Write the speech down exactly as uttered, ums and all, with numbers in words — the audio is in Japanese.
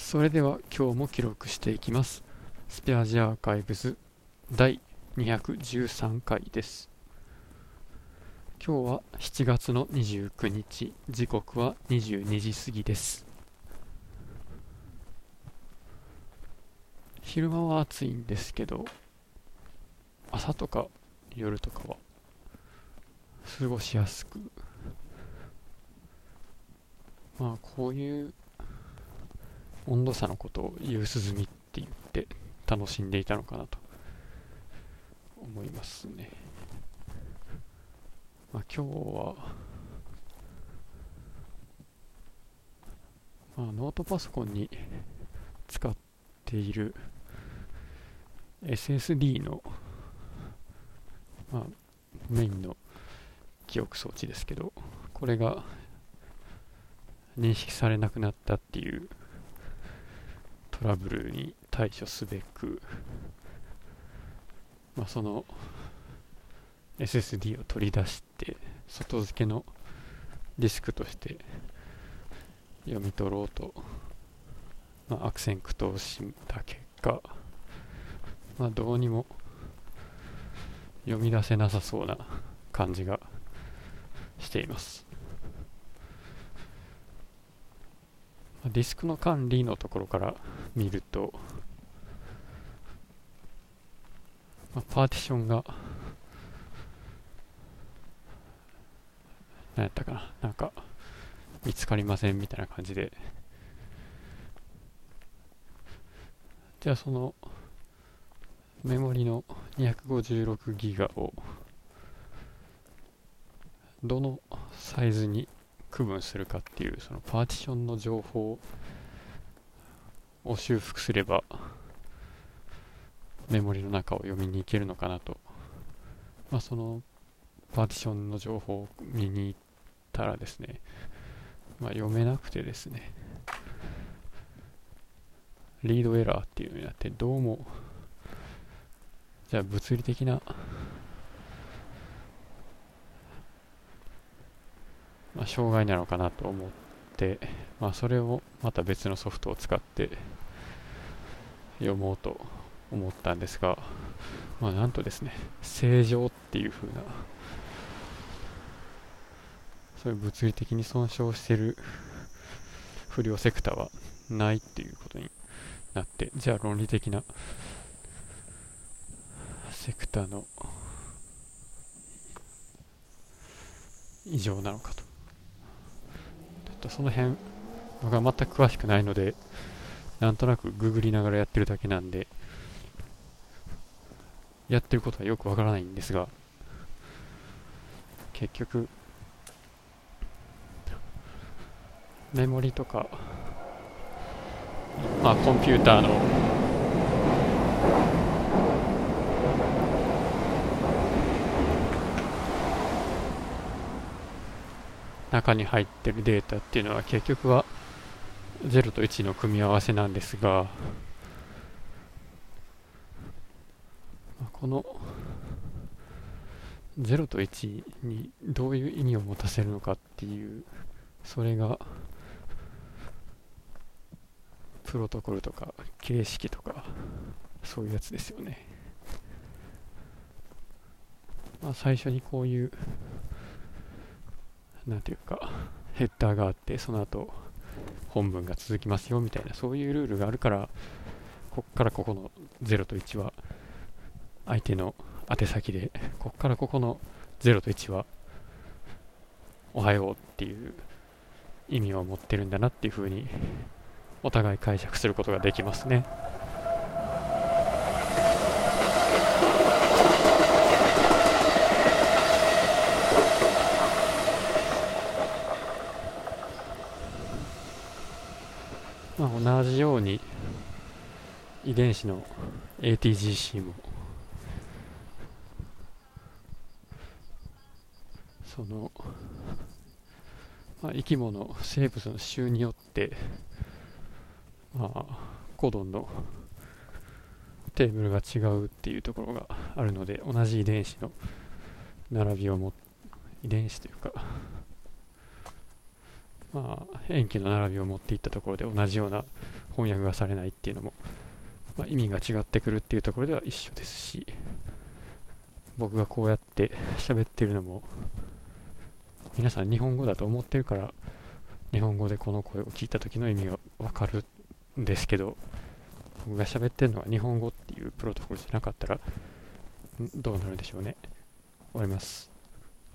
それでは今日も記録していきます。スペアジアーカイブズだいにひゃくじゅうさんかいです。今日はしちがつのにじゅうくにち、時刻はにじゅうにじ過ぎです。昼間は暑いんですけど、朝とか夜とかは過ごしやすく、まあこういう温度差のことを夕涼みって言って楽しんでいたのかなと思いますね。まあ、今日は、まあ、ノートパソコンに使っている エスエスディー の、まあ、メインの記憶装置ですけど、これが認識されなくなったっていうトラブルに対処すべく、まあ、その エスエスディー を取り出して外付けのディスクとして読み取ろうと、まあ、悪戦苦闘した結果、まあ、どうにも読み出せなさそうな感じがしています。ディスクの管理のところから見ると、まあ、パーティションが何やったかな、なんか見つかりませんみたいな感じで、じゃあそのメモリの にひゃくごじゅうろくギガをどのサイズに区分するかっていうそのパーティションの情報を修復すればメモリの中を読みに行けるのかなと、まあ、そのパーティションの情報を見に行ったらですね、まあ、読めなくてですね、リードエラーっていうのになって、どうもじゃあ物理的な、まあ、障害なのかなと思って、まあ、それをまた別のソフトを使って読もうと思ったんですが、まあ、なんとですね、正常っていう風な、そういう物理的に損傷している不良セクターはないっていうことになって、じゃあ論理的なセクターの異常なのかと。ちょっとその辺僕は全く詳しくないので、なんとなくググりながらやってるだけなんで、やってることはよくわからないんですが、結局メモリとか、まあ、コンピューターの中に入ってるデータっていうのは結局はゼロといちの組み合わせなんですが、このゼロといちにどういう意味を持たせるのかっていう、それがプロトコルとか形式とかそういうやつですよね。まあ、最初にこういうなんていうかヘッダーがあって、その後本文が続きますよみたいな、そういうルールがあるから、こっからここのゼロといちは相手の宛先で、こっからここのゼロといちはおはようっていう意味を持ってるんだなっていう風にお互い解釈することができますね。まあ、同じように遺伝子の エーティージーシー もその、まあ、生き物生物の種によって、まあ、コドンのテーブルが違うっていうところがあるので、同じ遺伝子の並びをも遺伝子というか、まあ、塩基の並びを持っていったところで同じような翻訳がされないっていうのも、まあ、意味が違ってくるっていうところでは一緒ですし、僕がこうやって喋ってるのも皆さん日本語だと思ってるから、日本語でこの声を聞いた時の意味がわかるんですけど、僕が喋ってるのは日本語っていうプロトコルじゃなかったらどうなるでしょうね。終わります。